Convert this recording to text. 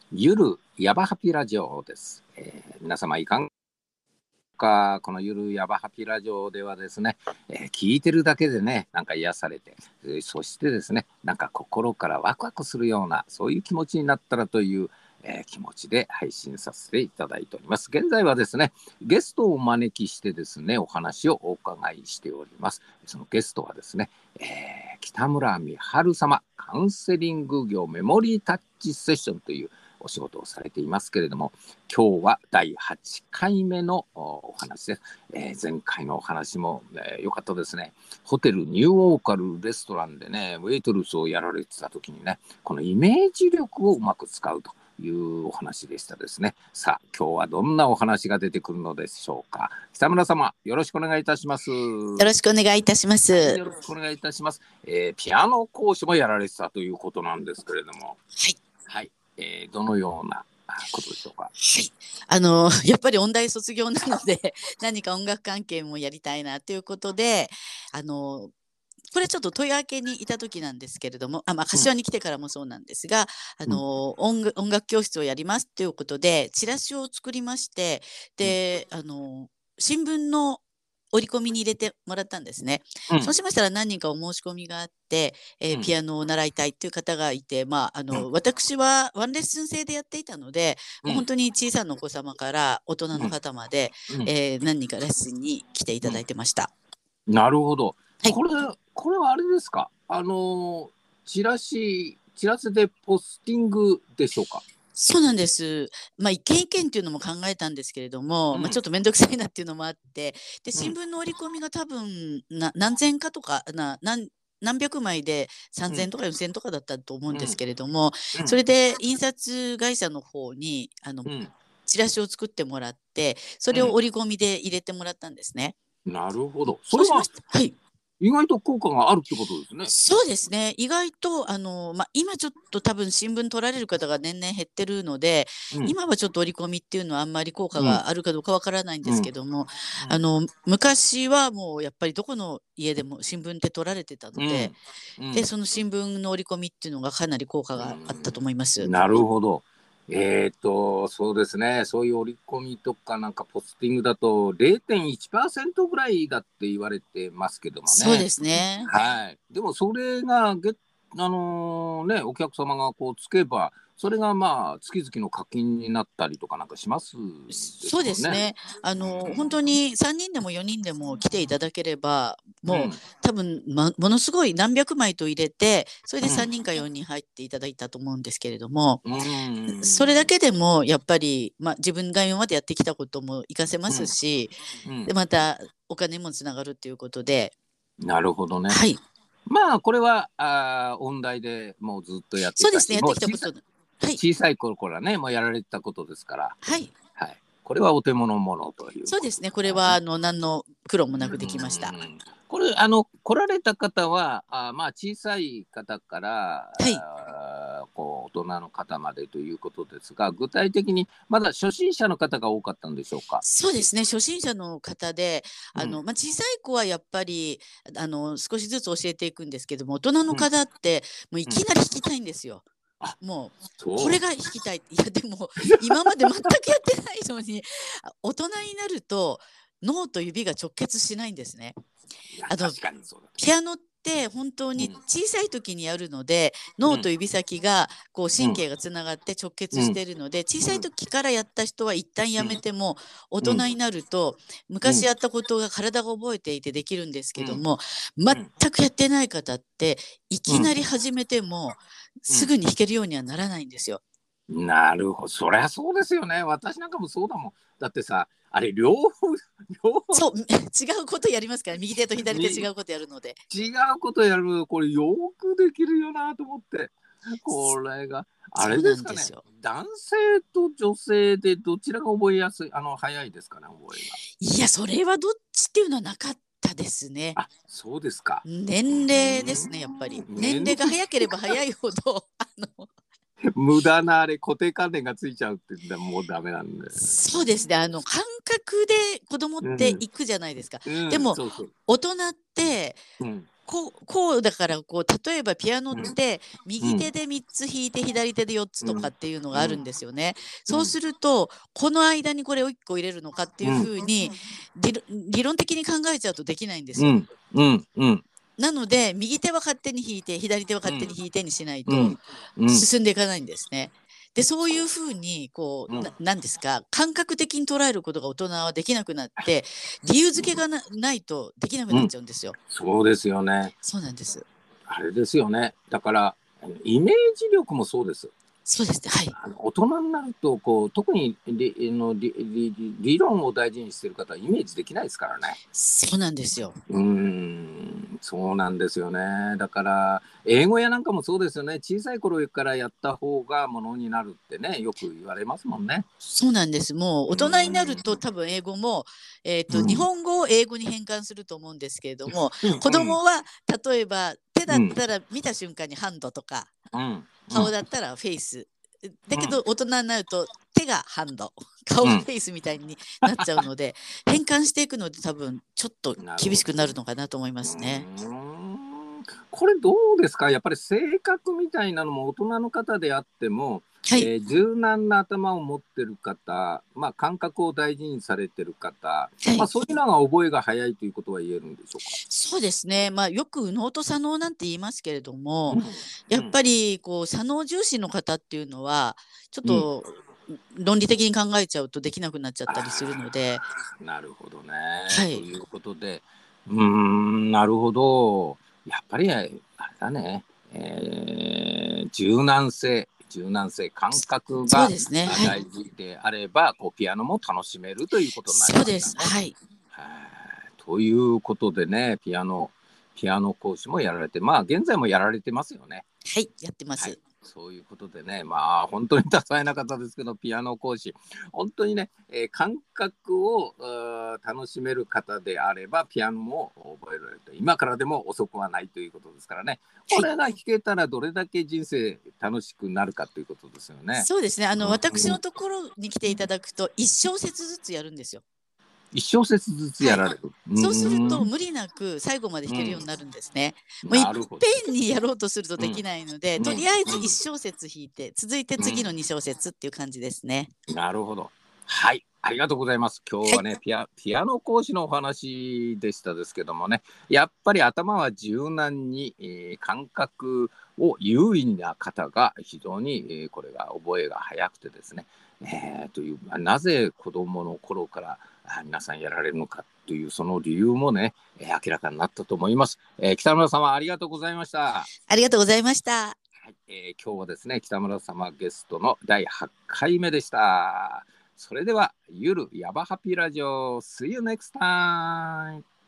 ゆるやばハピラジオです。皆様いかがか。このゆるやばハピラジオではですね、聞いてるだけでね、なんか癒されて、そしてですね、なんか心からワクワクするような、そういう気持ちになったらという、気持ちで配信させていただいております。現在はですね、ゲストをお招きしてですね、お話をお伺いしております。そのゲストはですね、北村美春様、カウンセリング業メモリータッチセッションというお仕事をされていますけれども、今日は第8回目のお話です。前回のお話も良かったですね。ホテルニューオーカルレストランでね、ウェイトレスをやられてた時にね、このイメージ力をうまく使うというお話でしたですね。さあ、今日はどんなお話が出てくるのでしょうか。北村様、よろしくお願いいたします。 よろしくお願いいたします。 よろしくお願いいたします。ピアノ講師もやられてたということなんですけれども、はい、どのようなことでしょうか。 やっぱり音大卒業なので何か音楽関係もやりたいなということで、これちょっと問い分けにいた時なんですけれども、柏に来てからもそうなんですが、音楽教室をやりますということでチラシを作りまして、で、新聞の折り込みに入れてもらったんですね。そうしましたら何人かお申し込みがあって、ピアノを習いたいという方がいて、私はワンレッスン制でやっていたので、もう本当に小さなお子様から大人の方まで、何人かレッスンに来ていただいてました。 なるほど。これはあれですか。チラシでポスティングでしょうか。 そうなんです。一件一件っていうのも考えたんですけれども、ちょっと面倒くさいなっていうのもあって、で、新聞の折り込みが多分何千かとか何百枚で3000とか4000とかだったと思うんですけれども、それで印刷会社の方にチラシを作ってもらって、それを折り込みで入れてもらったんですね。 なるほど。それは意外と効果があるってことですね。 そうですね。意外と今ちょっと多分新聞取られる方が年々減ってるので、今はちょっと折り込みっていうのはあんまり効果があるかどうかわからないんですけども、昔はもうやっぱりどこの家でも新聞って取られてたので、でその新聞の折り込みっていうのがかなり効果があったと思います。 なるほど。そうですね。そういう折り込みとかなんかポスティングだと 0.1% ぐらいだって言われてますけどもね。 そうですね。 はい。でもそれがお客様がこうつけば、それが月々の課金になったりとかなんかしますですそうですね。本当に3人でも4人でも来ていただければ、もう多分、ものすごい何百枚と入れて、それで3人か4人入っていただいたと思うんですけれども、それだけでもやっぱり、自分が今までやってきたことも活かせますし、でまたお金もつながるということで。 なるほどね。これは音大でもうずっとやってたし、 そうですね、やってきたこと。 小さい頃からね、もうやられてたことですから、これはお手物ものという。 そうですね、これは何の苦労もなくできました。 これ来られた方は小さい方から、大人の方までということですが、具体的にまだ初心者の方が多かったんでしょうか。 そうですね、初心者の方で、小さい子はやっぱり少しずつ教えていくんですけども、大人の方ってもういきなり弾きたいんですよ。もうこれが弾きたい。いやでも今まで全くやってないのに大人になると脳と指が直結しないんですね。ピアノって本当に小さい時にやるので、脳と指先がこう神経がつながって直結しているので、小さい時からやった人は一旦やめても、大人になると昔やったことが体が覚えていてできるんですけども、全くやってない方っていきなり始めてもすぐに弾けるようにはならないんですよ。 なるほど、そりゃそうですよね。私なんかもそうだもん。だってさ、あれ両方そう違うことやりますから、右手と左手違うことやるので。 違うことやる、これよくできるよなと思って。これがあれですかね。男性と女性でどちらが覚えやすい、早いですかね、覚えが。 いや、それはどっちっていうのはなかったですね。 そうですか。 年齢ですね、やっぱり。年齢が早ければ早いほど無駄な固定観念がついちゃうって言ったらもうダメなんで。 そうですね、感覚で子供って行くじゃないですか。でも大人ってこうだからこう例えばピアノって右手で3つ弾いて左手で4つとかっていうのがあるんですよね。そうするとこの間にこれを1個入れるのかっていうふうに理論的に考えちゃうとできないんですよ。なので右手は勝手に弾いて左手は勝手に弾いてにしないと進んでいかないんですね。でそういうふうにこうなんですか、感覚的に捉えることが大人はできなくなって理由付けがないとできなくなっちゃうんですよ。 そうですよね。 そうなんです。 あれですよね。だからイメージ力もそうです。 そうですね。はい。 大人になるとこう特に理論を大事にしている方はイメージできないですからね。 そうなんですよ。 そうなんですよね。だから英語やなんかもそうですよね。小さい頃からやった方がものになるってね、よく言われますもんね。 そうなんです。もう大人になると多分英語も、日本語を英語に変換すると思うんですけれども、子供は例えば手だったら見た瞬間にハンドとか、顔だったらフェイス。だけど大人になると手がハンド、顔がフェイスみたいになっちゃうので、変換していくので多分ちょっと厳しくなるのかなと思いますね。 これどうですか？やっぱり性格みたいなのも大人の方であっても、柔軟な頭を持ってる方、感覚を大事にされてる方、そういうのが覚えが早いということは言えるんでしょうか？ そうですね。よく右脳と左脳なんて言いますけれども、やっぱりこう左脳重視の方っていうのはちょっと論理的に考えちゃうとできなくなっちゃったりするので。 なるほどね。ということで、なるほど。やっぱりあれだね。柔軟性、感覚が大事であれば、ピアノも楽しめるということになりますね。 そうです。はい。 ということでね、ピアノ講師もやられて、現在もやられてますよね。 はい、やってます。 そういうことでね、本当に多彩な方ですけど、ピアノ講師、本当にね、感覚を楽しめる方であれば、ピアノも覚えられると、今からでも遅くはないということですからね、これが弾けたらどれだけ人生楽しくなるかということですよね。 そうですね。私のところに来ていただくと、1小節ずつやるんですよ。 1小節ずつやられる。 そうすると無理なく最後まで弾けるようになるんですね。もういっぺんにやろうとするとできないので、とりあえず1小節弾いて、続いて次の2小節っていう感じですね。 なるほど。はい、ありがとうございます。今日はね、ピアノ講師のお話でしたですけどもね、やっぱり頭は柔軟に、感覚を優位な方が非常に、これが覚えが早くてですね、というなぜ子どもの頃から皆さんやられるのかというその理由もね、明らかになったと思います。北村様ありがとうございました。 ありがとうございました。 今日はですね、北村様ゲストの第8回目でした。それではゆるヤバハピラジオ See you next time!